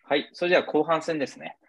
はい。それでは後半戦ですね。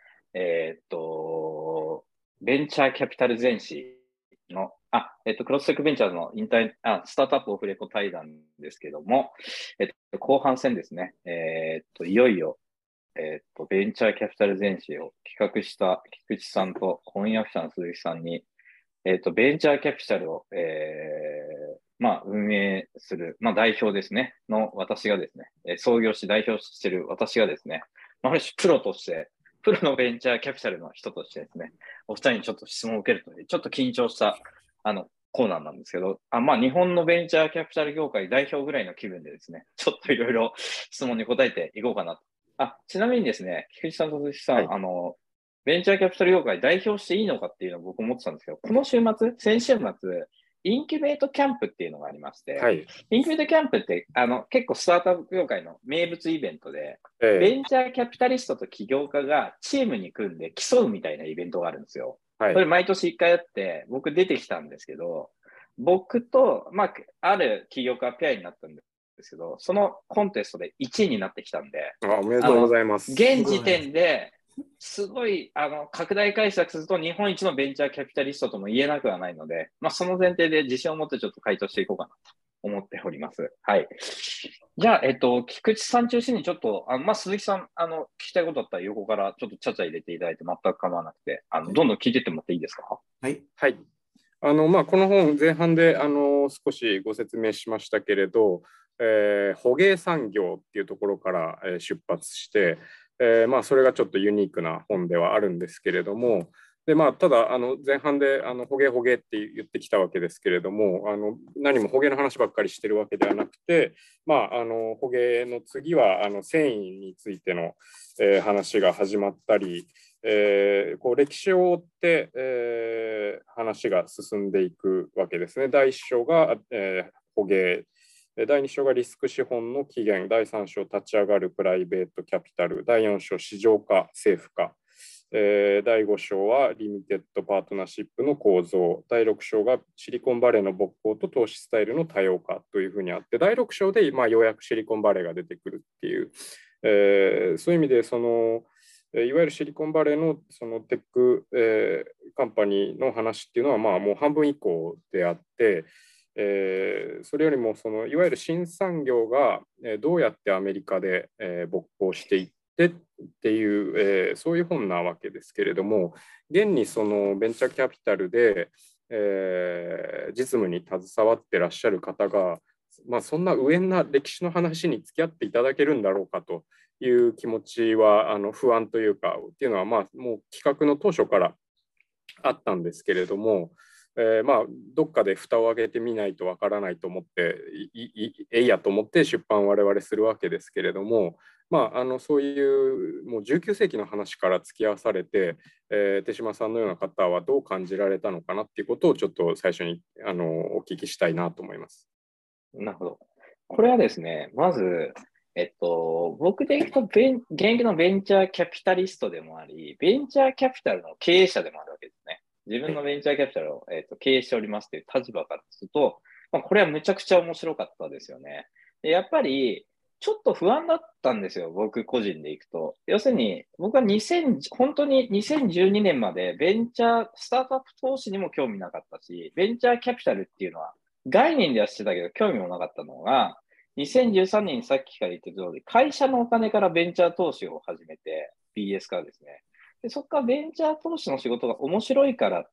ベンチャーキャピタル全史の、クロステックベンチャーズのスタートアップオフレコ対談ですけども、後半戦ですね。いよいよ、ベンチャーキャピタル全史を企画した菊池さんと翻訳者の鈴木さんに、ベンチャーキャピタルを、運営する、代表ですね、の私がですね、創業し代表している私がですね、ある種プロとして、プロのベンチャーキャピタルの人としてですね、お二人にちょっと質問を受けるという、ちょっと緊張した、コーナーなんですけど、日本のベンチャーキャピタル業界代表ぐらいの気分でですね、ちょっといろいろ質問に答えていこうかなと。ちなみにですね、菊池さんと鈴木さん、 はい。 ベンチャーキャピタル業界代表していいのかっていうのを僕思ってたんですけど、この週末、先週末、インキュベートキャンプっていうのがありまして、 はい。 インキュベートキャンプって、結構スタートアップ業界の名物イベントで、ベえンチャーキャピタリストと起業家がチームに組んで競うみたいなイベントがあるんですよ。 はい。 それ毎年1回あって、僕出てきたんですけど、僕と、ある起業家ペアになったんですけど、そのコンテストで1位になってきたんで、 おめであの、 とうございます。 現時点で、すごい、拡大解釈すると日本一のベンチャーキャピタリストとも言えなくはないので、その前提で自信を持ってちょっと回答していこうかなと思っております。はい。じゃあ、菊池さん中心にちょっと、鈴木さん、聞きたいことだったら横からちょっとちゃちゃ入れていただいて全く構わなくて、どんどん聞いてってもらっていいですか？ はい。 はい。この本前半で少しご説明しましたけれど、捕鯨産業っていうところから、出発して、それがちょっとユニークな本ではあるんですけれども、でただ前半で捕鯨捕鯨って言ってきたわけですけれども、何も捕鯨の話ばっかりしてるわけではなくて、捕鯨の次は繊維についての、話が始まったり、こう歴史を追って、話が進んでいくわけですね。第1章が、捕鯨、第2章がリスク資本の起源、第3章立ち上がるプライベートキャピタル、第4章市場化、政府化、第5章はリミテッドパートナーシップの構造、第6章がシリコンバレーの勃興と投資スタイルの多様化というふうにあって、第6章で、ようやくシリコンバレーが出てくるっていう、そういう意味でいわゆるシリコンバレーのそのテック、カンパニーの話っていうのはもう半分以降であって、それよりもいわゆる新産業がどうやってアメリカで勃興していってっていう、そういう本なわけですけれども、現にそのベンチャーキャピタルで、実務に携わってらっしゃる方が、そんな無縁な歴史の話に付き合っていただけるんだろうかという気持ちは不安というかっていうのはもう企画の当初からあったんですけれども、どっかで蓋を開けてみないとわからないと思ってえいやと思って出版を我々するわけですけれども、そういうもう19世紀の話から付き合わされて、手島さんのような方はどう感じられたのかなっていうことをちょっと最初にお聞きしたいなと思います。 なるほど。これはですね、まず、僕でいくと現役のベンチャーキャピタリストでもあり、ベンチャーキャピタルの経営者でもあるわけですね。自分のベンチャーキャピタルを、経営しておりますという立場からすると、これはむちゃくちゃ面白かったですよね。でやっぱり、ちょっと不安だったんですよ、僕個人でいくと。要するに、僕は本当に2012年までスタートアップ投資にも興味なかったし、ベンチャーキャピタルっていうのは概念ではしてたけど、興味もなかったのが、2013年にさっきから言ってた通り、会社のお金からベンチャー投資を始めて、BS からですね。でそこからベンチャー投資の仕事が面白いからって、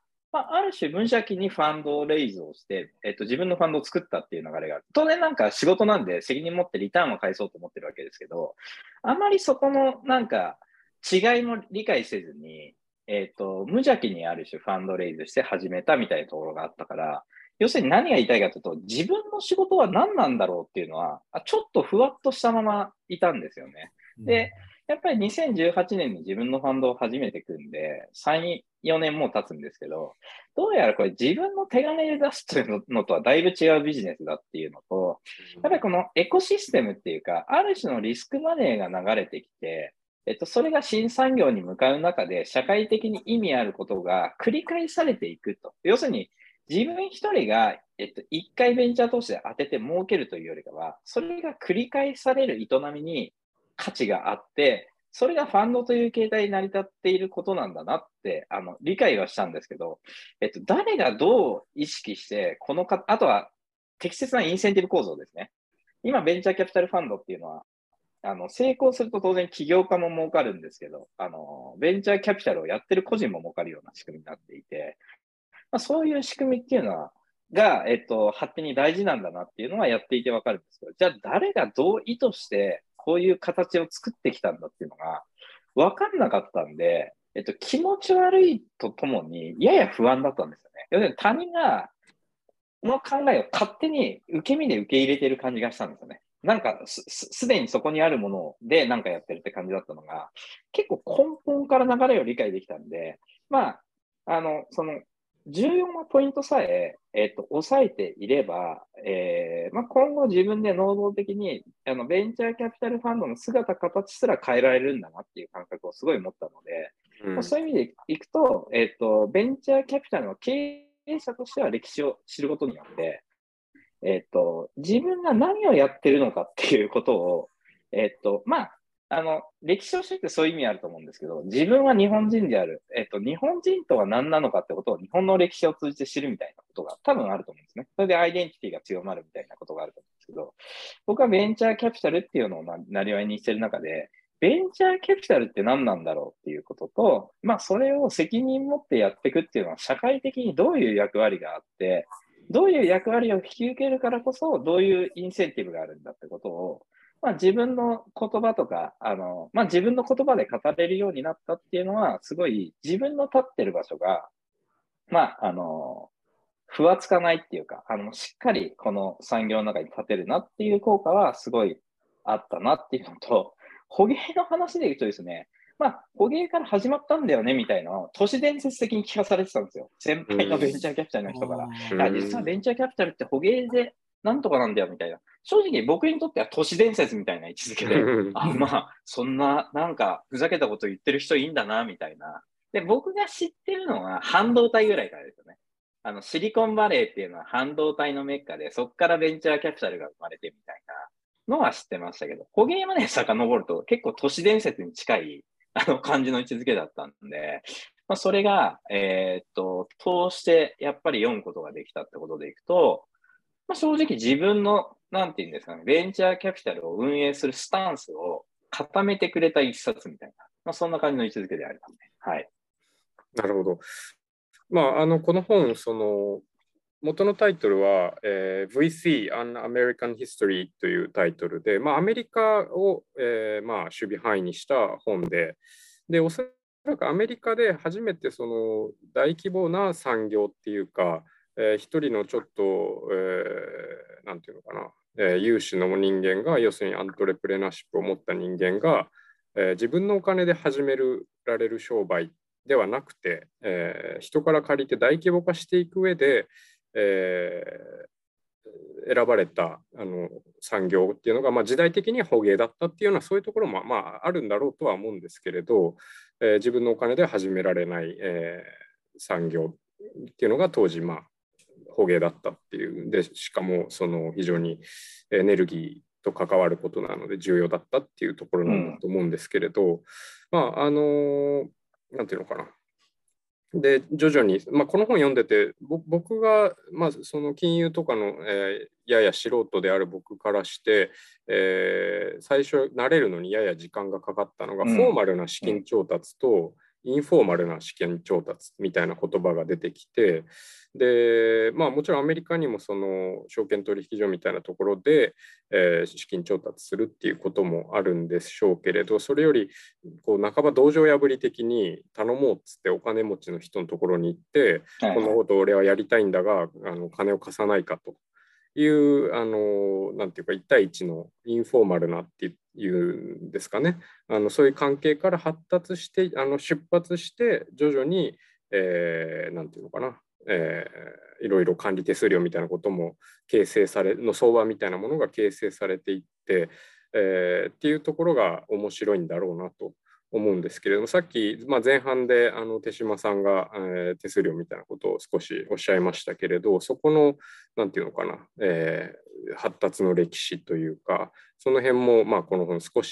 ある種無邪気にファンドをレイズをして、自分のファンドを作ったっていう流れがある。当然なんか仕事なんで責任持ってリターンを返そうと思ってるわけですけど、あまりそこのなんか違いも理解せずに、無邪気にある種ファンドレイズして始めたみたいなところがあったから、要するに何が言いたいかというと、自分の仕事は何なんだろうっていうのは、ちょっとふわっとしたままいたんですよね。で、やっぱり2018年に自分のファンドを初めて組んで、3、4年もう経つんですけど、どうやらこれ自分の手金で出すというのとはだいぶ違うビジネスだっていうのと、やっぱりこのエコシステムっていうか、ある種のリスクマネーが流れてきて、それが新産業に向かう中で社会的に意味あることが繰り返されていくと。要するに、自分一人が、一回ベンチャー投資で当てて儲けるというよりかは、それが繰り返される営みに価値があって、 それがファンドという形態に成り立っていることなんだなって、理解はしたんですけど、誰がどう意識して、あとは適切なインセンティブ構造ですね。今、ベンチャーキャピタルファンドっていうのは、成功すると当然起業家も儲かるんですけど、ベンチャーキャピタルをやってる個人も儲かるような仕組みになっていて、まあ、そういう仕組みっていうのは、発展に大事なんだなっていうのはやっていてわかるんですけど、じゃあ誰がどう意図してこういう形を作ってきたんだっていうのがわかんなかったんで、気持ち悪いとともにやや不安だったんですよね。要するに他人がこの考えを勝手に受け身で受け入れてる感じがしたんですよね。なんかすでにそこにあるものでなんかやってるって感じだったのが、結構根本から流れを理解できたんで、まあ、その重要なポイントさえ、押さえていれば、まあ、今後自分で能動的にベンチャーキャピタルファンドの姿、形すら変えられるんだなっていう感覚をすごい持ったので、まあ、そういう意味でいくと、ベンチャーキャピタルの経営者としては歴史を知ることによって、自分が何をやってるのかっていうことを、まあ、歴史を知るってそういう意味あると思うんですけど、自分は日本人である。日本人とは何なのかってことを日本の歴史を通じて知るみたいなことが多分あると思うんですね。それでアイデンティティが強まるみたいなことがあると思うんですけど、僕はベンチャーキャピタルっていうのをなりわいにしてる中で、ベンチャーキャピタルって何なんだろうっていうことと、まあ、それを責任持ってやっていくっていうのは、社会的にどういう役割があって、どういう役割を引き受けるからこそ、どういうインセンティブがあるんだってことを、まあ、自分の言葉とか、まあ、自分の言葉で語れるようになったっていうのは、すごい自分の立ってる場所が、まあ、ふわつかないっていうか、しっかりこの産業の中に立てるなっていう効果はすごいあったなっていうのと、捕鯨の話で言うとですね、まあ、捕鯨から始まったんだよねみたいなのを都市伝説的に聞かされてたんですよ。先輩のベンチャーキャピタルの人から。いや、実はベンチャーキャピタルって捕鯨でなんとかなんだよみたいな。正直僕にとっては都市伝説みたいな位置づけで、まあ、そんななんかふざけたこと言ってる人いいんだなみたいな。で、僕が知ってるのは半導体ぐらいからですよね。シリコンバレーっていうのは半導体のメッカで、そこからベンチャーキャピタルが生まれてみたいなのは知ってましたけど、捕鯨まで遡ると結構都市伝説に近い感じの位置づけだったんで、まあ、それが、通してやっぱり読むことができたってことでいくと、まあ、正直自分の、なんていうんですかね、ベンチャーキャピタルを運営するスタンスを固めてくれた一冊みたいな、まあ、そんな感じの位置づけでありますね。はい。 なるほど。まあ、この本、元のタイトルは、VC An American History というタイトルで、まあ、アメリカを、まあ、守備範囲にした本で、おそらくアメリカで初めてその大規模な産業っていうか、一人のちょっと、なんていうのかな、有志の人間が、要するにアントレプレナーシップを持った人間が、自分のお金で始められる商売ではなくて、人から借りて大規模化していく上で、選ばれた産業っていうのが、まあ、時代的には捕鯨だったっていうのはそういうところも、まあ、あるんだろうとは思うんですけれど、自分のお金で始められない、産業っていうのが当時、まあ、捕鯨だったっていうで、しかもその非常にエネルギーと関わることなので重要だったっていうところなんだと思うんですけれど、まあなんていうのかな。で、徐々に、まあ、この本読んでて、僕が、まあ、その金融とかの、やや素人である僕からして、最初慣れるのにやや時間がかかったのが、フォーマルな資金調達とインフォーマルな資金調達みたいな言葉が出てきて、で、まあ、もちろんアメリカにもその証券取引所みたいなところで、資金調達するっていうこともあるんでしょうけれど、それよりこう半ば道場破り的に頼もうっつってお金持ちの人のところに行って、こんなこと俺はやりたいんだが金を貸さないかというなんていうか1対1のインフォーマルなっていうんですかね、そういう関係から発達して出発して徐々に、なんていうのかな、いろいろ管理手数料みたいなことも形成されの相場みたいなものが形成されていって、っていうところが面白いんだろうなと思うんですけれども、さっき、まあ、前半で手島さんが、手数料みたいなことを少しおっしゃいましたけれど、そこのなんていうのかな、発達の歴史というか、その辺も、まあ、この本少し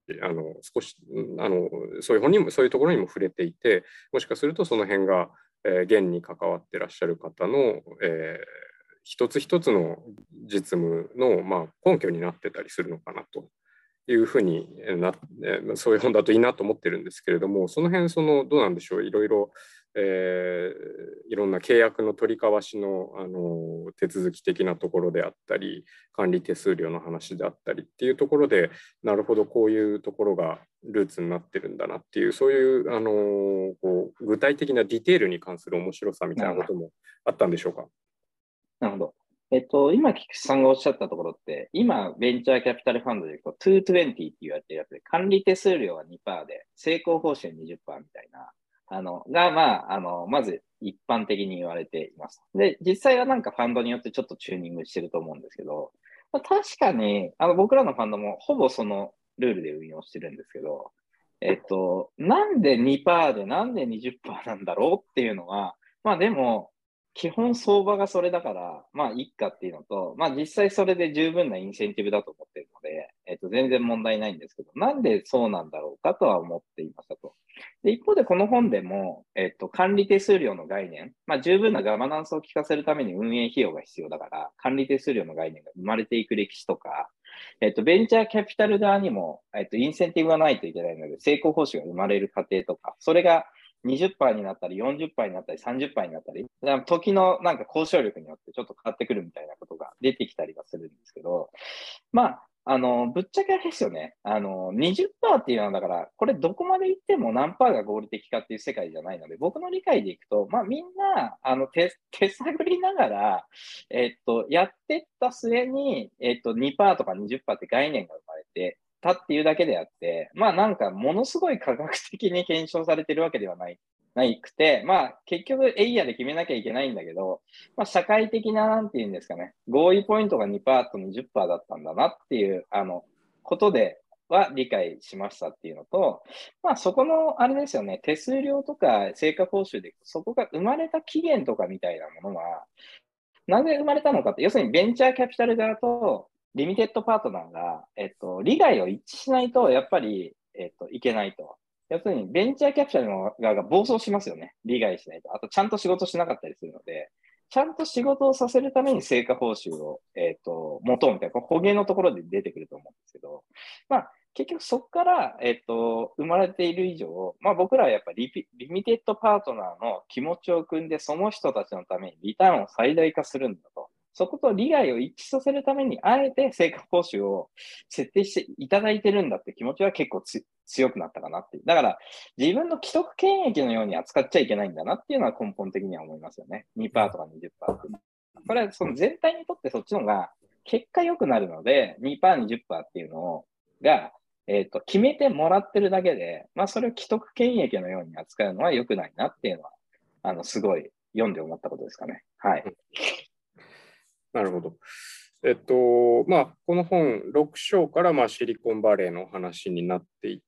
少しそういう本にもそういうところにも触れていて、もしかするとその辺が、現に関わってらっしゃる方の、一つ一つの実務の、根拠になってたりするのかなというふうにそういう本だといいなと思ってるんですけれども、その辺どうなんでしょう、いろいろ、いろんな契約の取り交わしの、手続き的なところであったり、管理手数料の話であったりっていうところで、なるほどこういうところがルーツになってるんだなっていう、そういうこう具体的なディテールに関する面白さみたいなこともあったんでしょうか。 なるほど。今、菊池さんがおっしゃったところって、今、ベンチャーキャピタルファンドでいくと、220って言われてるやつで、管理手数料は2%で、成功報酬20%みたいな、まず一般的に言われています。で、実際はなんかファンドによってちょっとチューニングしてると思うんですけど、確かに、僕らのファンドもほぼそのルールで運用してるんですけど、なんで2%でなんで20%なんだろうっていうのは、でも、基本相場がそれだから、いっかっていうのと、実際それで十分なインセンティブだと思っているので、全然問題ないんですけど、なんでそうなんだろうかとは思っていましたと。で、一方でこの本でも、管理手数料の概念、十分なガバナンスを効かせるために運営費用が必要だから、管理手数料の概念が生まれていく歴史とか、ベンチャーキャピタル側にも、インセンティブがないといけないので、成功報酬が生まれる過程とか、それが20%になったり、40%になったり、30%になったり、時のなんか交渉力によってちょっと変わってくるみたいなことが出てきたりはするんですけど、ぶっちゃけあれですよね。20%っていうのはだから、これどこまで行っても何パーが合理的かっていう世界じゃないので、僕の理解でいくと、みんな、手探りながら、やってった末に、2%とか20%って概念が生まれて、たっていうだけであって、なんかものすごい科学的に検証されてるわけではないくて、結局エイヤで決めなきゃいけないんだけど、社会的な、なんていうんですかね、合意ポイントが2%と20%だったんだなっていう、ことでは理解しましたっていうのと、そこの、あれですよね、手数料とか成果報酬で、そこが生まれた期限とかみたいなものは、なぜ生まれたのかって、要するにベンチャーキャピタル側とリミテッドパートナーが、利害を一致しないと、やっぱり、いけないと。要するに、ベンチャーキャピタルの側が暴走しますよね。利害しないと。あと、ちゃんと仕事しなかったりするので、ちゃんと仕事をさせるために成果報酬を、求めて、捕鯨のところで出てくると思うんですけど、結局そこから、生まれている以上、僕らはやっぱりリミテッドパートナーの気持ちを組んで、その人たちのためにリターンを最大化するんだと。そこと利害を一致させるために、あえて成果報酬を設定していただいてるんだって気持ちは結構強くなったかなっていう。だから、自分の既得権益のように扱っちゃいけないんだなっていうのは根本的には思いますよね。2%とか20%って。これはその全体にとってそっちの方が結果良くなるので、2%、20%っていうのが、決めてもらってるだけで、それを既得権益のように扱うのは良くないなっていうのは、すごい読んで思ったことですかね。はい。 なるほど。この本6章からシリコンバレーの話になっていって、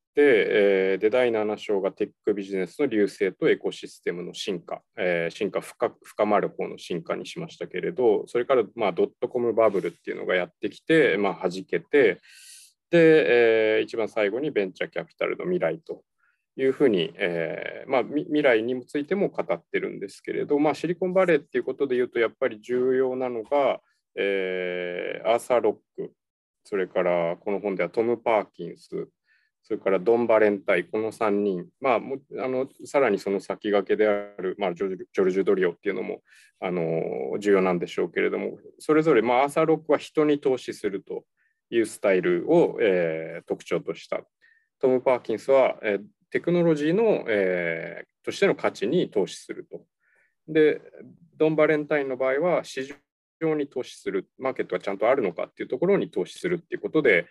で第7章がテックビジネスの隆盛とエコシステムの進化、深まる方の進化にしましたけれど、それからドットコムバブルっていうのがやってきて、弾けて、で、一番最後にベンチャーキャピタルの未来というふうに、未来についても語ってるんですけれど、シリコンバレーっていうことで言うとやっぱり重要なのが、アーサー・ロック、それからこの本ではトム・パーキンス、それからドン・バレンタイン、この3人、さらにその先駆けである、ジョルジュ・ドリオっていうのも重要なんでしょうけれども、それぞれ、アーサー・ロックは人に投資するというスタイルを、特徴とした。トム・パーキンスは、テクノロジーの、としての価値に投資すると。で、ドン・バレンタインの場合は市場に投資する、マーケットがちゃんとあるのかっていうところに投資するっていうことで、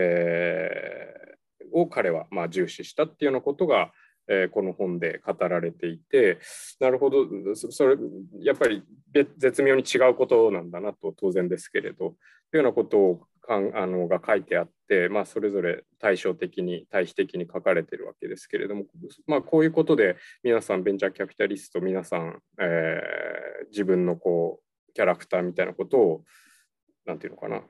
を彼は重視したっていうようなことが、この本で語られていて、なるほど、それやっぱり絶妙に違うことなんだなと当然ですけれど、というようなことをが書いてあって、それぞれ対照的に対比的に書かれているわけですけれども、こういうことで皆さんベンチャーキャピタリスト皆さん、自分のキャラクターみたいなことをなんていうのかな、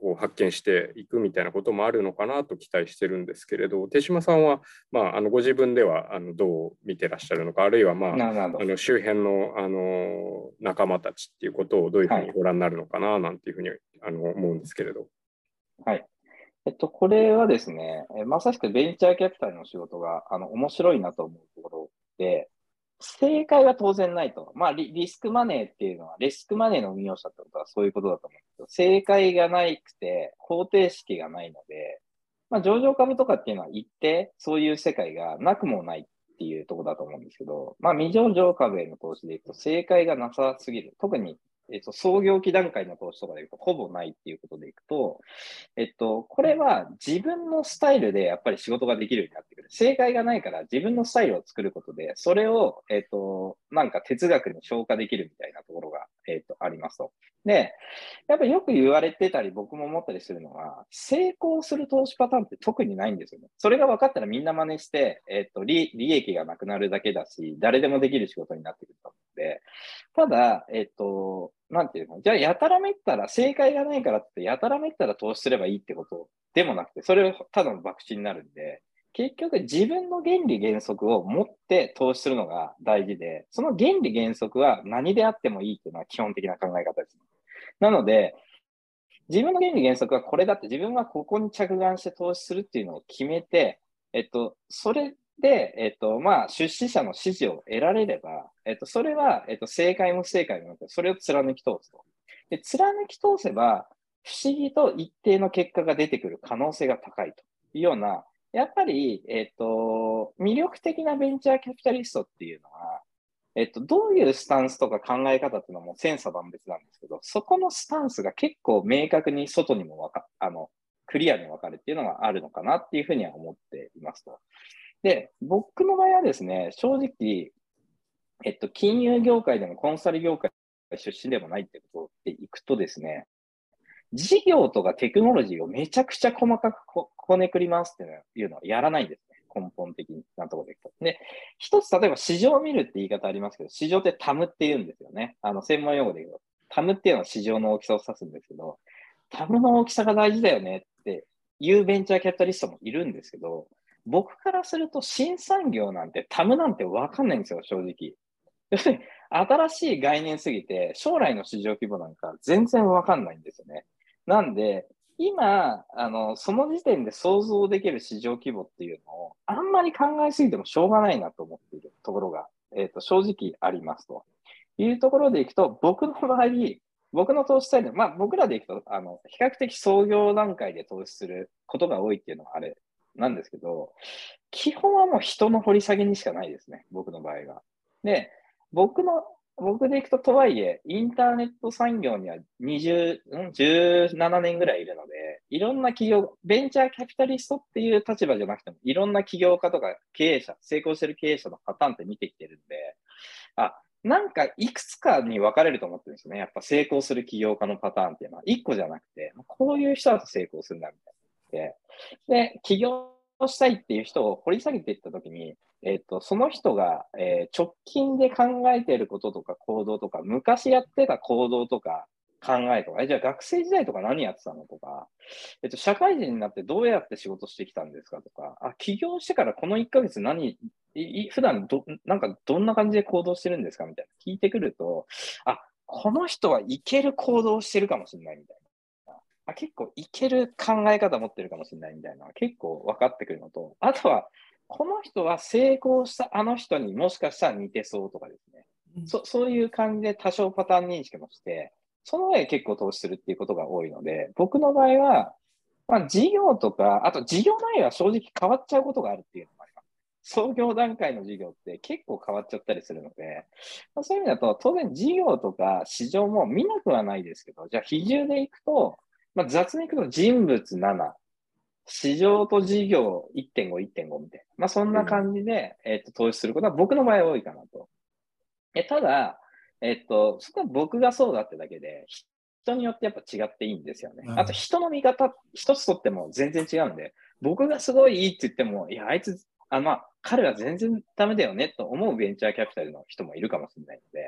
こう発見していくみたいなこともあるのかなと期待してるんですけれど、手島さんは、ご自分ではどう見てらっしゃるのか、あるいは、 なるほど。 周辺の、仲間たちっていうことをどういうふうはい。 にご覧になるのかななんていうふうに思うんですけれど。 はい。これはですね、まさしくベンチャーキャピタルの仕事が、面白いなと思うところで、正解は当然ないと。まあリスクマネーっていうのは、リスクマネーの運用者ってことはそういうことだと思うんですけど、正解がないくて、方程式がないので、まあ、上場株とかっていうのは一定、そういう世界がなくもないっていうところだと思うんですけど、まあ、未上場株への投資でいくと正解がなさすぎる。特に、創業期段階の投資とかでいくとほぼないっていうことでいくと、これは自分のスタイルでやっぱり仕事ができるようになってくる。正解がないから自分のスタイルを作ることで、それを、なんか哲学に消化できるみたいなところが、ありますと。で、やっぱりよく言われてたり、僕も思ったりするのは、成功する投資パターンって特にないんですよね。それが分かったらみんな真似して、利益がなくなるだけだし、誰でもできる仕事になってくると思うので、ただ、なんていうの、じゃあ、やたらめったら、正解がないからって、やたらめったら投資すればいいってことでもなくて、それはただの博打になるんで、結局自分の原理原則を持って投資するのが大事で、その原理原則は何であってもいいっていうのは基本的な考え方です。なので、自分の原理原則はこれだって、自分はここに着眼して投資するっていうのを決めて、それで、まあ、出資者の支持を得られれば、それは、正解も不正解もなくて、それを貫き通すと。で、貫き通せば、不思議と一定の結果が出てくる可能性が高いというような、やっぱり、魅力的なベンチャーキャピタリストっていうのは、どういうスタンスとか考え方っていうのはもう千差万別なんですけど、そこのスタンスが結構明確に外にもクリアに分かるっていうのがあるのかなっていうふうには思っていますと。で、僕の場合はですね、正直、金融業界でもコンサル業界出身でもないってことでいくとですね、事業とかテクノロジーをめちゃくちゃ細かくこねくりますっていうのはやらないんですね。根本的なところでいくと。で、一つ例えば市場を見るって言い方ありますけど、市場ってタムって言うんですよね。専門用語で言うと。タムっていうのは市場の大きさを指すんですけど、タムの大きさが大事だよねっていうベンチャーキャピタリストもいるんですけど、僕からすると新産業なんてタムなんてわかんないんですよ、正直。要するに新しい概念すぎて、将来の市場規模なんか全然わかんないんですよね。なんで、今、その時点で想像できる市場規模っていうのを、あんまり考えすぎてもしょうがないなと思っているところが、正直ありますというところでいくと、僕の場合、僕の投資スタイル、まあ僕らでいくと、比較的創業段階で投資することが多いっていうのはあれなんですけど、基本はもう人の掘り下げにしかないですね、僕の場合は。で、僕でいくと、とはいえ、インターネット産業には17年ぐらいいるので、いろんな企業、ベンチャーキャピタリストっていう立場じゃなくても、いろんな起業家とか経営者、成功してる経営者のパターンって見てきてるんで、なんかいくつかに分かれると思ってるんですよね。やっぱ成功する起業家のパターンっていうのは、一個じゃなくて、こういう人だと成功するんだみたいな。で、起業したいっていう人を掘り下げていったときに、その人が、直近で考えていることとか行動とか、昔やってた行動とか考えとか、じゃあ学生時代とか何やってたのとか、社会人になってどうやって仕事してきたんですかとか、起業してからこの1ヶ月普段なんかどんな感じで行動してるんですかみたいな聞いてくると、この人はいける行動をしてるかもしれないみたいな。結構いける考え方持ってるかもしれないみたいなのが結構分かってくるのと、あとは、この人は成功したあの人にもしかしたら似てそうとかですね。そういう感じで多少パターン認識もして、その上で結構投資するっていうことが多いので、僕の場合は、まあ、事業とか、あと事業内容は正直変わっちゃうことがあるっていうのもあります。創業段階の事業って結構変わっちゃったりするので、まあ、そういう意味だと、当然事業とか市場も見なくはないですけど、じゃあ比重でいくと、まあ、雑にいくと人物7、市場と事業1.5、1.5みたいな。まあ、そんなうん。 感じで、投資することは僕の場合多いかなと。ただ、そこは僕がそうだってだけで、人によってやっぱ違っていいんですよね。あと人の見方一つとっても全然違うんで、僕がすごいいいって言っても、いや、あいつ、まあ、彼は全然ダメだよねと思うベンチャーキャピタルの人もいるかもしれないので、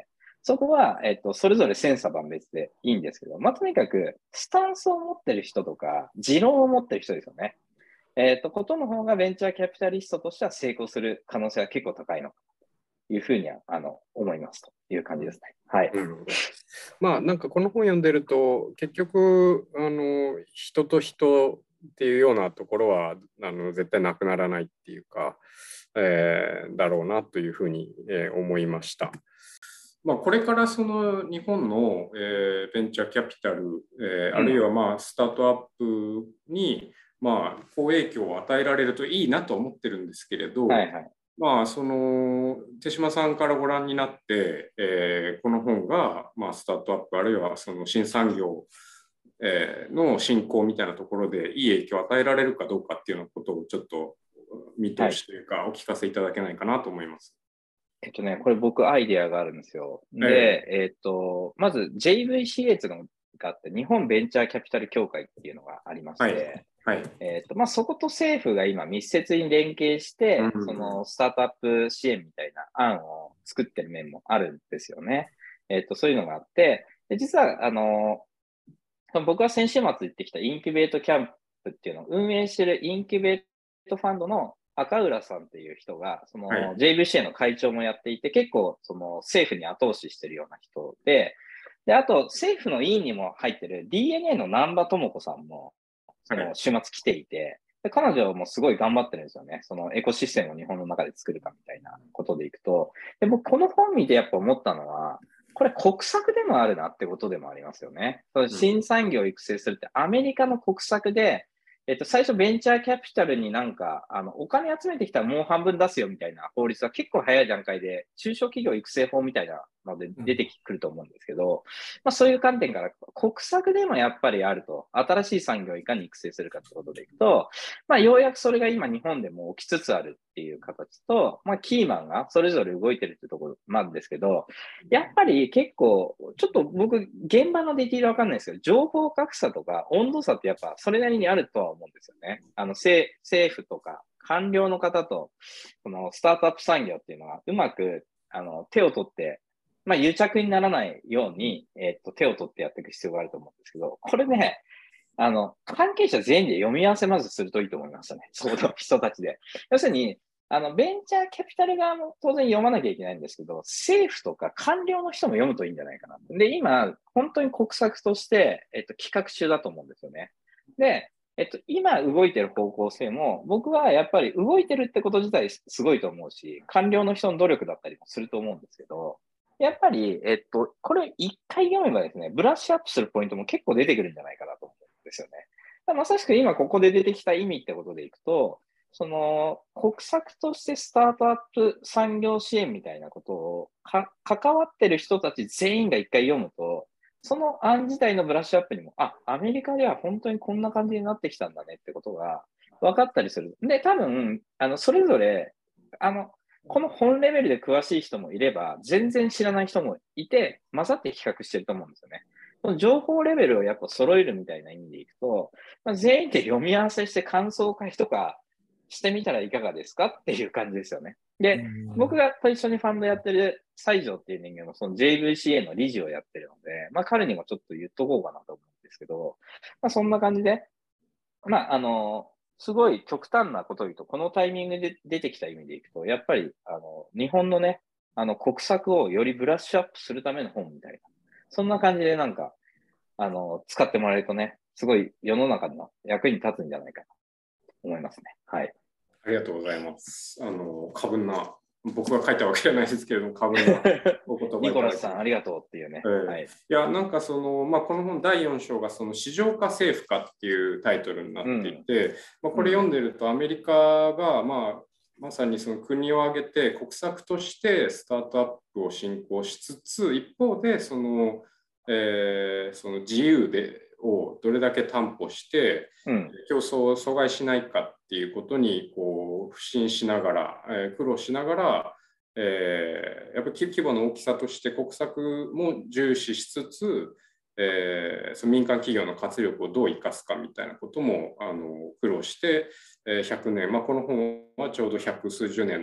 そこは、それぞれ千差万別でいいんですけど、まあ、とにかく、スタンスを持ってる人とか、持論を持ってる人ですよね。ことの方がベンチャーキャピタリストとしては成功する可能性は結構高いのかというふうには、思いますという感じですね。はい。 なるほど。まあなんかこの本読んでると結局人と人っていうようなところは絶対なくならないっていうか、だろうなというふうに、思いました。まあ、これからその日本の、ベンチャーキャピタル、あるいはまあスタートアップにまあ好影響を与えられるといいなと思ってるんですけれど、 はいはい。 まあその手島さんからご覧になって、この本がまあスタートアップあるいはその新産業の進行みたいなところでいい影響を与えられるかどうかっていうようなことをちょっと見通しというかお聞かせいただけないかなと思います。 これ僕アイディアがあるんですよ。で、まず JVCA っていうのがあって、日本ベンチャーキャピタル協会っていうのがありまして、 はい。 まあ、そこと政府が今密接に連携して、そのスタートアップ支援みたいな案を作ってる面もあるんですよね。そういうのがあって、で実は、僕は先週末行ってきたインキュベートキャンプっていうのを運営してるインキュベートファンドの赤浦さんっていう人が、その JVCA の会長もやっていて、結構その政府に後押ししてるような人で、で、あと政府の委員にも入ってる DNA の南波智子さんも、その週末来ていて、で彼女もすごい頑張ってるんですよね。そのエコシステムを日本の中で作るかみたいなことでいくと。で、僕この本見てやっぱ思ったのは、これ国策でもあるなってことでもありますよね。新産業を育成するってアメリカの国策で、最初ベンチャーキャピタルになんか、お金集めてきたらもう半分出すよみたいな法律は結構早い段階で、中小企業育成法みたいなので出てくると思うんですけど、まあそういう観点から国策でもやっぱりあると、新しい産業をいかに育成するかってことでいくと、まあようやくそれが今日本でも起きつつあるっていう形と、まあキーマンがそれぞれ動いてるってところなんですけど、やっぱり結構、ちょっと僕、現場のディティールわかんないですけど、情報格差とか温度差ってやっぱそれなりにあるとは思うんですよね。政府とか官僚の方と、このスタートアップ産業っていうのはうまく、手を取って、まあ、癒着にならないように、手を取ってやっていく必要があると思うんですけど、これね、関係者全員で読み合わせまずするといいと思いましたね。その人たちで。要するに、ベンチャーキャピタル側も当然読まなきゃいけないんですけど、政府とか官僚の人も読むといいんじゃないかな。で、今、本当に国策として、企画中だと思うんですよね。で、今動いてる方向性も、僕はやっぱり動いてるってこと自体すごいと思うし、官僚の人の努力だったりもすると思うんですけど、やっぱり、これ一回読めばですね、ブラッシュアップするポイントも結構出てくるんじゃないかなと思うんですよね。まさしく今ここで出てきた意味ってことでいくと、その国策としてスタートアップ産業支援みたいなことを関わってる人たち全員が一回読むと、その案自体のブラッシュアップにも、アメリカでは本当にこんな感じになってきたんだねってことが分かったりする。で、多分、それぞれ、この本レベルで詳しい人もいれば、全然知らない人もいて、混ざって企画してると思うんですよね。その情報レベルをやっぱ揃えるみたいな意味でいくと、全員で読み合わせして感想会とかしてみたらいかがですかっていう感じですよね。で、僕が一緒にファンドやってる西条っていう人間もその JVCA の理事をやってるので、まあ彼にもちょっと言っとこうかなと思うんですけど、まあそんな感じで、まあすごい極端なことを言うと、このタイミングで出てきた意味でいくと、やっぱり、日本のね、国策をよりブラッシュアップするための本みたいな、そんな感じでなんか、使ってもらえるとね、すごい世の中の役に立つんじゃないかなと思いますね。はい。 ありがとうございます。過分な、僕が書いたわけじゃないですけれども、過分なお言葉ニコラスさん、ありがとうっていうね。はい、 いや、なんかその、まあ、この本第4章がその市場化政府化っていうタイトルになっていて、まあ、これ読んでるとアメリカが、まさにその国を挙げて国策としてスタートアップを進行しつつ、一方でその自由をどれだけ担保して、競争を阻害しないかっていうことにこう不信しながら、苦労しながら、やっぱり規模の大きさとして国策も重視しつつ、その民間企業の活力をどう生かすかみたいなことも苦労して、100年、この本はちょうど百数十年の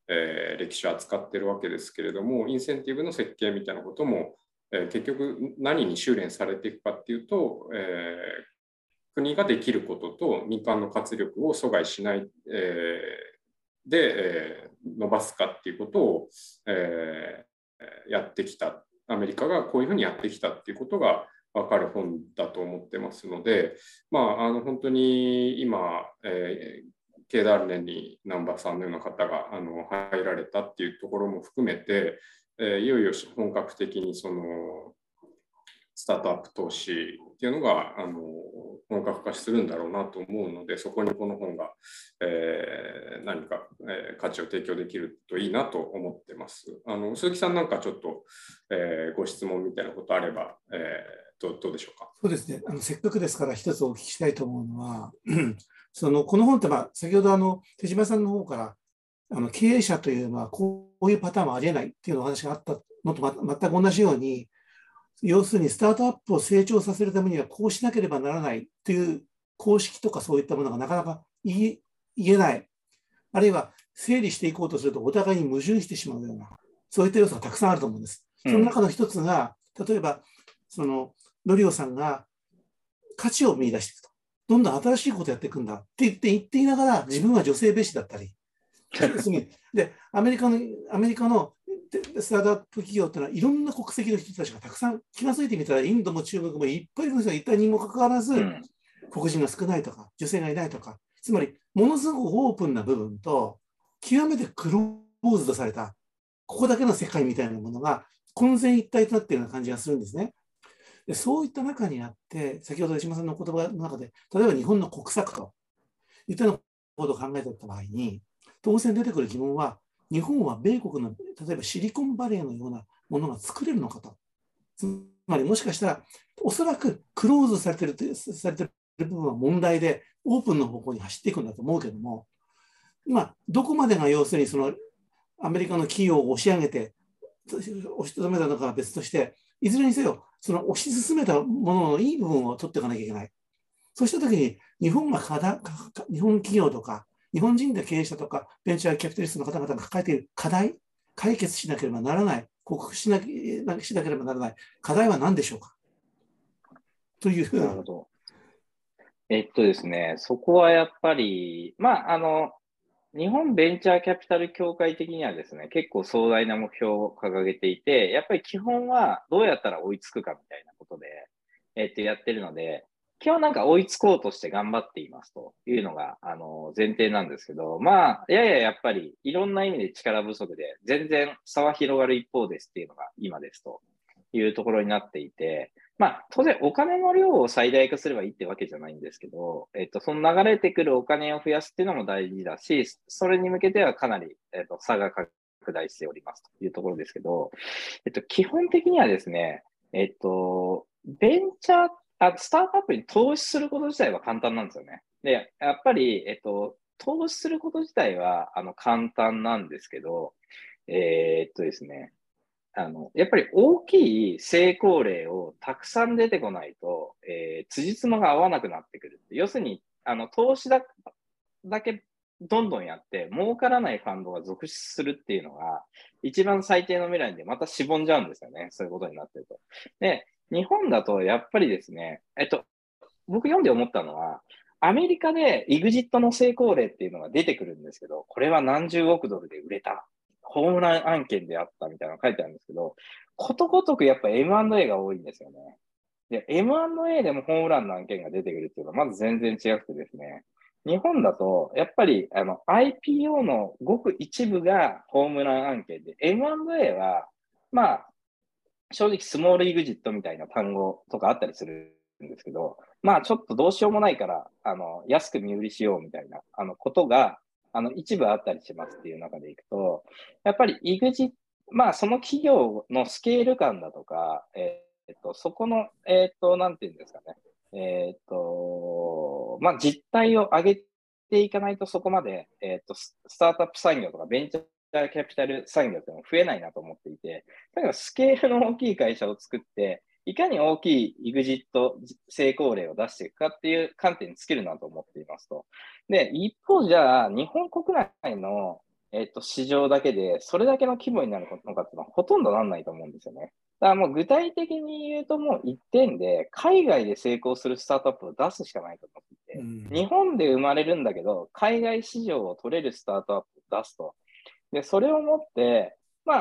歴史を扱っているわけですけれども、インセンティブの設計みたいなことも、結局何に修練されていくかっていうと、国ができることと民間の活力を阻害しない、で、伸ばすかっていうことを、やってきた。アメリカがこういうふうにやってきたっていうことが分かる本だと思ってますので、本当に今、経団連に南波さんのような方が入られたっていうところも含めて、いよいよ本格的にそのスタートアップ投資っていうのが本格化するんだろうなと思うので、そこにこの本が、何か、価値を提供できるといいなと思ってます。鈴木さんなんかちょっと、ご質問みたいなことあれば、どうでしょうか。 そうですね。せっかくですから一つお聞きしたいと思うのは、この本って、先ほど手島さんの方から経営者というのはこういうパターンもありえないっていうお話があったのと全く同じように、要するにスタートアップを成長させるためにはこうしなければならないという公式とかそういったものがなかなか言えない、あるいは整理していこうとするとお互いに矛盾してしまうような、そういった要素がたくさんあると思うんです。その中の一つが、例えばノリオさんが価値を見出していくと、どんどん新しいことをやっていくんだって言っていながら、自分は女性蔑視だったりで、アメリカのスタートアップ企業っていうのは、いろんな国籍の人たちがたくさん、気が付いてみたら、インドも中国もいっぱいいるんですよ。いたにもかかわらず、黒人が少ないとか、女性がいないとか、つまり、ものすごくオープンな部分と、極めてクローズドされた、ここだけの世界みたいなものが、混然一体となっているような感じがするんですね。でそういった中にあって、先ほど江島さんの言葉の中で、例えば日本の国策といったようなことを考えていった場合に、当然出てくる疑問は、日本は米国の例えばシリコンバレーのようなものが作れるのかと。つまりもしかしたら、おそらくクローズされている部分は問題で、オープンの方向に走っていくんだと思うけども、今、どこまでが要するにアメリカの企業を押し上げて、押しとどめたのかは別として、いずれにせよ、推し進めたもののいい部分を取っていかなきゃいけない。そうしたときに、日本企業とか、日本人で経営者とか、ベンチャーキャピタリストの方々が抱えている課題、解決しなければならない、克服しなければならない課題は何でしょうかというふうに。 なるほど。ですね、そこはやっぱり、日本ベンチャーキャピタル協会的にはですね、結構壮大な目標を掲げていて、やっぱり基本はどうやったら追いつくかみたいなことで、やってるので、基本なんか追いつこうとして頑張っていますというのが、前提なんですけど、やっぱりいろんな意味で力不足で、全然差は広がる一方ですっていうのが今ですというところになっていて、当然お金の量を最大化すればいいってわけじゃないんですけど、その流れてくるお金を増やすっていうのも大事だし、それに向けてはかなり、差が拡大しておりますというところですけど、基本的にはですね、ベンチャー、スタートアップに投資すること自体は簡単なんですよね。で、やっぱり、投資すること自体は、簡単なんですけど、ですね、やっぱり大きい成功例をたくさん出てこないと、辻褄が合わなくなってくる。要するに、投資だけどんどんやって、儲からないファンドが続出するっていうのが、一番最低の未来でまたしぼんじゃうんですよね。そういうことになってると。で、日本だとやっぱりですね、僕読んで思ったのは、アメリカで EXIT の成功例っていうのが出てくるんですけど、これは何十億ドルで売れた。ホームラン案件であったみたいなのが書いてあるんですけど、ことごとくやっぱ M&A が多いんですよね。で、M&A でもホームランの案件が出てくるっていうのはまず全然違くてですね、日本だと、やっぱりIPO のごく一部がホームラン案件で、M&A は、正直スモール EXIT みたいな単語とかあったりするんですけど、ちょっとどうしようもないから、安く見売りしようみたいな、ことが、一部あったりしますっていう中でいくと、やっぱり EXIT、その企業のスケール感だとか、そこの、なんていうんですかね、実態を上げていかないとそこまで、スタートアップ産業とかベンチャーキャピタル産業っていうのも増えないなと思っていて、だからスケールの大きい会社を作って、いかに大きい EXIT 成功例を出していくかっていう観点に尽きるなと思っていますと。で、一方じゃあ、日本国内の、 市場だけで、それだけの規模になるのかっていうのはほとんどなんないと思うんですよね。だからもう具体的に言うともう一点で、海外で成功するスタートアップを出すしかないと思っていて、日本で生まれるんだけど、海外市場を取れるスタートアップを出すと。で、それをもって、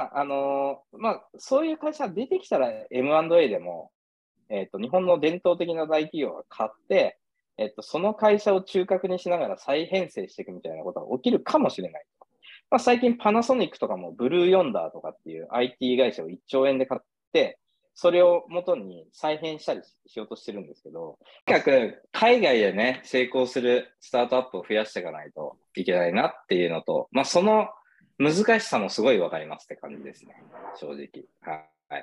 そういう会社が出てきたら M&A でも、日本の伝統的な大企業が買って、その会社を中核にしながら再編成していくみたいなことが起きるかもしれない。最近パナソニックとかもブルーヨンダーとかっていう IT 会社を1兆円で買って、それを元に再編したりしようとしてるんですけど、とにかく海外でね、成功するスタートアップを増やしていかないといけないなっていうのと、その難しさもすごいわかりますって感じですね、正直。はい。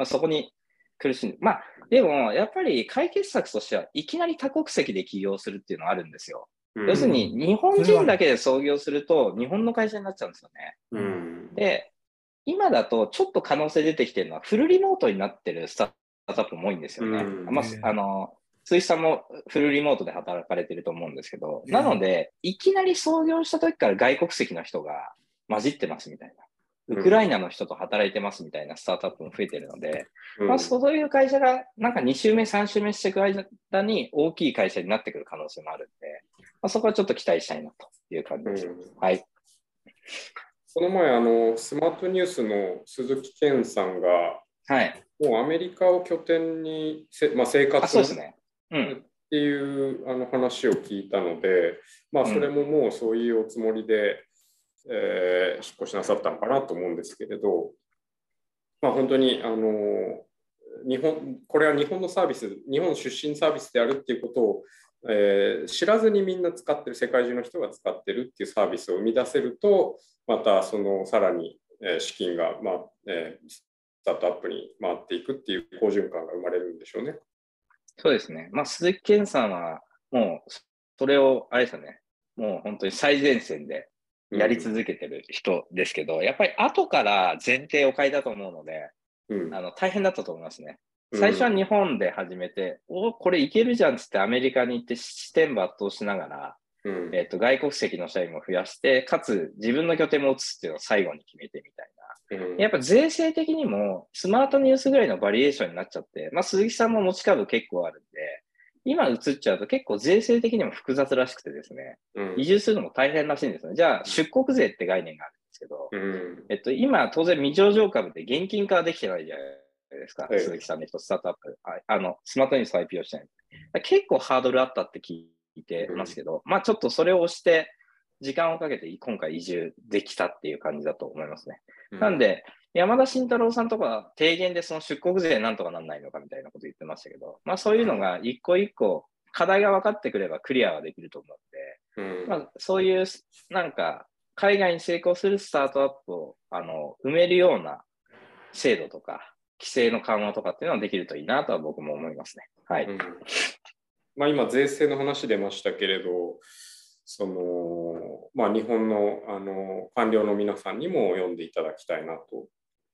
そこに苦しんで。でも、やっぱり解決策としては、いきなり多国籍で起業するっていうのがあるんですよ。要するに、日本人だけで創業すると、日本の会社になっちゃうんですよね。で、今だとちょっと可能性出てきてるのは、フルリモートになってるスタートアップも多いんですよね。鈴木さんもフルリモートで働かれてると思うんですけど、なので、いきなり創業した時から外国籍の人が混じってますみたいな。ウクライナの人と働いてますみたいなスタートアップも増えてるので、そういう会社がなんか2週目、3週目していく間に大きい会社になってくる可能性もあるんで、そこはちょっと期待したいなという感じです。はい。 この前、スマートニュースの鈴木健さんが、 はい、 もうアメリカを拠点に生活をっていう話を聞いたので、それももうそういうおつもりで、引っ越しなさったのかなと思うんですけれど、本当にこれは日本のサービス、日本出身サービスであるっていうことを、知らずにみんな使ってる、世界中の人が使ってるっていうサービスを生み出せると、またさらに資金が、スタートアップに回っていくっていう好循環が生まれるんでしょうね。 そうですね。鈴木健さんはもうそれをあれですよね。もう本当に最前線でやり続けてる人ですけど、やっぱり後から前提を変えたと思うので、大変だったと思いますね。最初は日本で始めて、これいけるじゃんっつってアメリカに行って視点抜刀しながら、外国籍の社員も増やして、かつ自分の拠点も移すっていうのを最後に決めてみたいな。やっぱ税制的にもスマートニュースぐらいのバリエーションになっちゃって、鈴木さんも持ち株結構あるんで、今移っちゃうと結構税制的にも複雑らしくてですね、移住するのも大変らしいんですよね。じゃあ出国税って概念があるんですけど、今当然未上場株で現金化はできてないじゃないですか、鈴木さんの人、スタートアップ。スマートニュース IPO してない。結構ハードルあったって聞いてますけど、ちょっとそれを押して、時間をかけて今回移住できたっていう感じだと思いますね。なんで、山田慎太郎さんとか提言でその出国税なんとかなんないのかみたいなこと言ってましたけど、そういうのが一個一個課題が分かってくればクリアはできると思うので、そういうなんか海外に成功するスタートアップを埋めるような制度とか規制の緩和とかっていうのはできるといいなとは僕も思いますね。はい。 今税制の話出ましたけれど、日本の官僚の皆さんにも読んでいただきたいなと。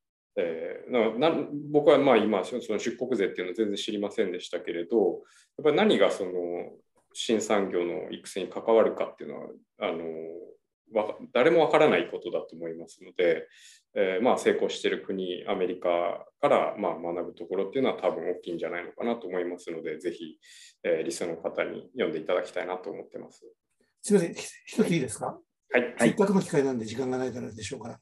僕は今その出国税っていうのは全然知りませんでしたけれど、やっぱり何がその新産業の育成に関わるかっていうのは誰もわからないことだと思いますので、成功している国、アメリカから学ぶところっていうのは多分大きいんじゃないのかなと思いますので、ぜひ、リスナーの方に読んでいただきたいなと思ってます。 すみません、一ついいですか？はい。せっかくの機会なんで時間がないからでしょうから。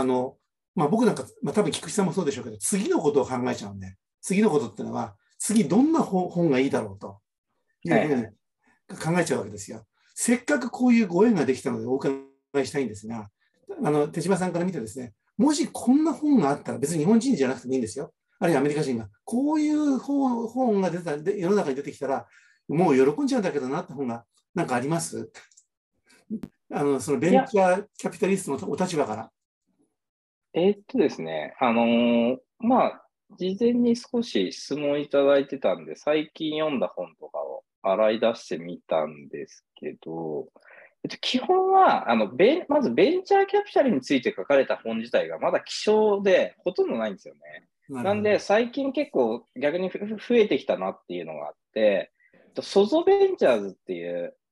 僕なんか、多分菊池さんもそうでしょうけど、次のことを考えちゃうんで、次のことっていうのは、次どんな本がいいだろうというふうに考えちゃうわけですよ。せっかくこういうご縁ができたのでお伺いしたいんですが、手島さんから見てですね、もしこんな本があったら、別に日本人じゃなくてもいいんですよ。あるいはアメリカ人が、こういう本が世の中に出てきたら、もう喜んじゃうんだけどなって本がなんかあります？そのベンチャーキャピタリストのお立場から。 ですね、事前に少し質問いただいてたんで、最近読んだ本とかを洗い出してみたんですけど、基本はまずベンチャーキャピタルについて書かれた本自体がまだ希少でほとんどないんですよね。なんで最近結構逆に増えてきたなっていうのがあって、ソゾベンチャーズっていう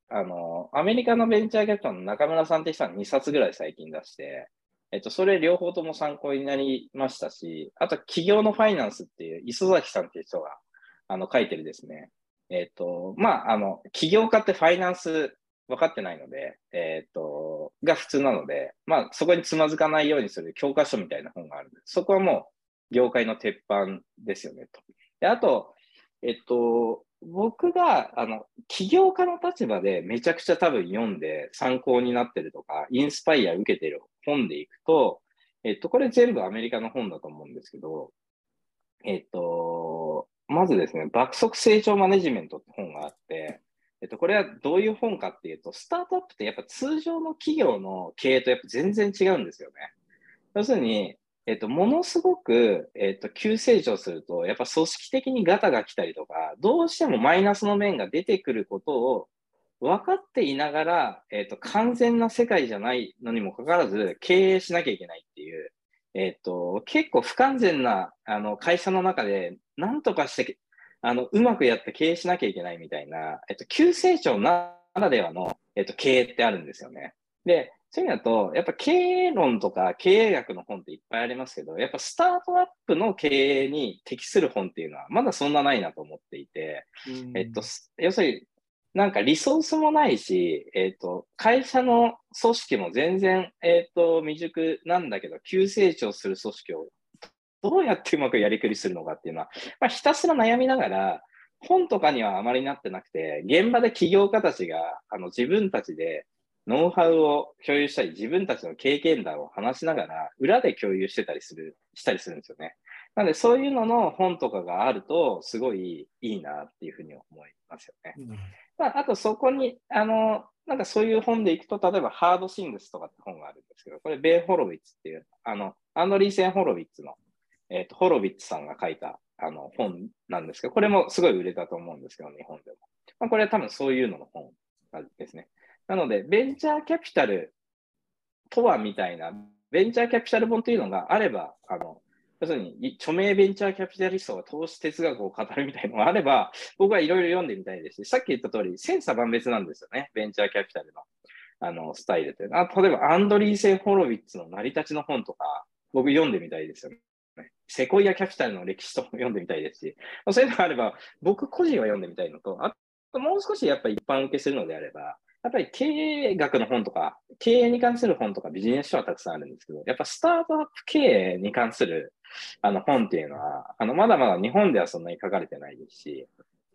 アメリカのベンチャーキャピタルの中村さんって人は2冊ぐらい最近出して、それ両方とも参考になりましたし、あと企業のファイナンスっていう磯崎さんっていう人が、書いてるですね。起業家ってファイナンス分かってないので、が普通なので、そこにつまずかないようにする教科書みたいな本があるんです。そこはもう業界の鉄板ですよねと。で、あと、僕が、起業家の立場でめちゃくちゃ多分読んで参考になってるとか、インスパイア受けてる本でいくと、これ全部アメリカの本だと思うんですけど、まずですね、爆速成長マネジメントって本があって、これはどういう本かっていうと、スタートアップってやっぱ通常の企業の経営とやっぱ全然違うんですよね。要するに、ものすごく、急成長すると、やっぱ組織的にガタが来たりとか、どうしてもマイナスの面が出てくることを分かっていながら、完全な世界じゃないのにもかかわらず、経営しなきゃいけないっていう、結構不完全な、会社の中で、なんとかして、うまくやって経営しなきゃいけないみたいな、急成長ならではの、経営ってあるんですよね。で、そういう意味だと、やっぱ経営論とか経営学の本っていっぱいありますけど、やっぱスタートアップの経営に適する本っていうのはまだそんなないなと思っていて、要するになんかリソースもないし、会社の組織も全然、未熟なんだけど、急成長する組織をどうやってうまくやりくりするのかっていうのは、ひたすら悩みながら、本とかにはあまりなってなくて、現場で起業家たちが自分たちでノウハウを共有したり、自分たちの経験談を話しながら、裏で共有したりするんですよね。なので、そういうのの本とかがあると、すごいいいなっていうふうに思いますよね。あと、そこに、なんかそういう本でいくと、例えば、ハードシングスとかって本があるんですけど、これ、ベン・ホロウィッツっていう、アンドリーセン・ホロウィッツの、ホロウィッツさんが書いた、本なんですけど、これもすごい売れたと思うんですけど、日本でも。これは多分そういうのの本ですね。なので、ベンチャーキャピタルとはみたいな、ベンチャーキャピタル本というのがあれば、要するに、著名ベンチャーキャピタリストが投資哲学を語るみたいなのがあれば、僕はいろいろ読んでみたいですし、さっき言った通り、千差万別なんですよね、ベンチャーキャピタルの、スタイルというのは。例えば、アンドリーセン・ホロウィッツの成り立ちの本とか、僕読んでみたいですよね。セコイアキャピタルの歴史とかも読んでみたいですし、そういうのがあれば、僕個人は読んでみたいのと、あともう少しやっぱり一般受けするのであれば、やっぱり経営学の本とか、経営に関する本とかビジネス書はたくさんあるんですけど、やっぱスタートアップ経営に関する本っていうのは、まだまだ日本ではそんなに書かれてないですし、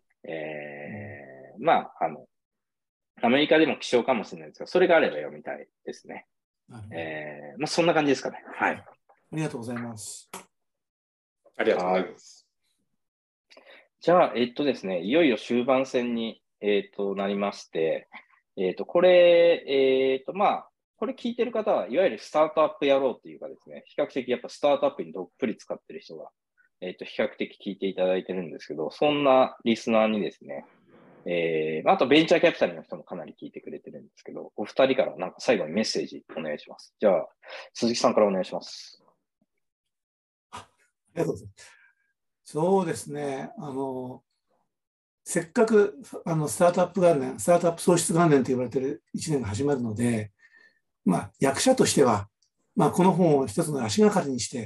アメリカでも希少かもしれないですが、それがあれば読みたいですね。そんな感じですかね。はい。 ありがとうございます。 ありがとうございます。 じゃあ、ですね、いよいよ終盤戦に、なりまして、これ、これ聞いてる方は、いわゆるスタートアップ野郎っていうかですね、比較的やっぱスタートアップにどっぷり使ってる人が、比較的聞いていただいてるんですけど、そんなリスナーにですね、あとベンチャーキャピタルの人もかなり聞いてくれてるんですけど、お二人からなんか最後にメッセージお願いします。じゃあ、鈴木さんからお願いします。 ありがとうございます。そうですね。せっかくスタートアップ元年、スタートアップ創出元年と言われている1年が始まるので、役者としては、この本を一つの足がかりにして、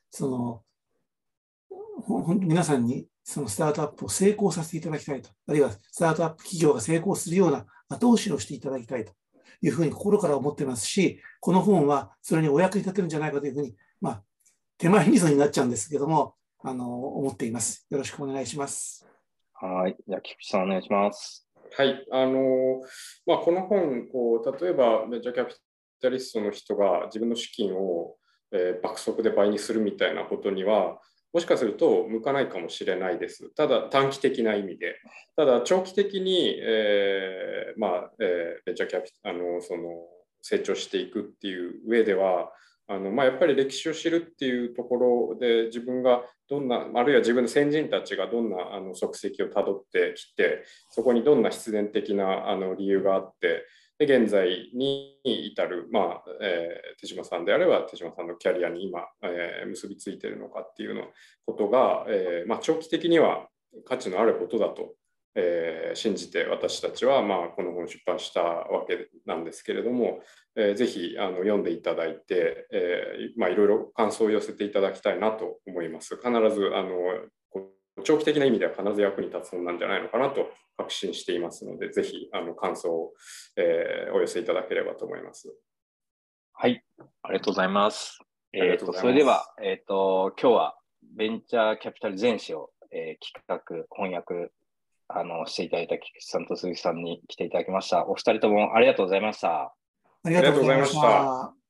本当に皆さんにそのスタートアップを成功させていただきたいと、あるいはスタートアップ企業が成功するような後押しをしていただきたいというふうに心から思ってますし、この本はそれにお役に立てるんじゃないかというふうに、手前味噌になっちゃうんですけども、思っています。よろしくお願いします。 はい。じゃあ、菊池さんお願いします。 はい。この本、例えばベンチャーキャピタリストの人が自分の資金を、爆速で倍にするみたいなことには、もしかすると向かないかもしれないです。ただ短期的な意味で。ただ長期的に、ベンチャーキャピタル成長していくっていう上では、やっぱり歴史を知るっていうところで自分がどんな、あるいは自分の先人たちがどんな足跡をたどってきて、そこにどんな必然的な理由があって、で現在に至る、手島さんであれば手島さんのキャリアに今、結びついているのかっていうのことが、長期的には価値のあることだと信じて私たちは、この本を出版したわけなんですけれども、ぜひ読んでいただいて、いろいろ感想を寄せていただきたいなと思います。必ず長期的な意味では必ず役に立つ本なんじゃないのかなと確信していますので、ぜひ感想を、お寄せいただければと思います。 はい、ありがとうございます。 ありがとうございます。 それでは、今日はベンチャーキャピタル全史を、企画、翻訳していただいた菊池さんと鈴木さんに来ていただきました。お二人ともありがとうございました。 ありがとうございました。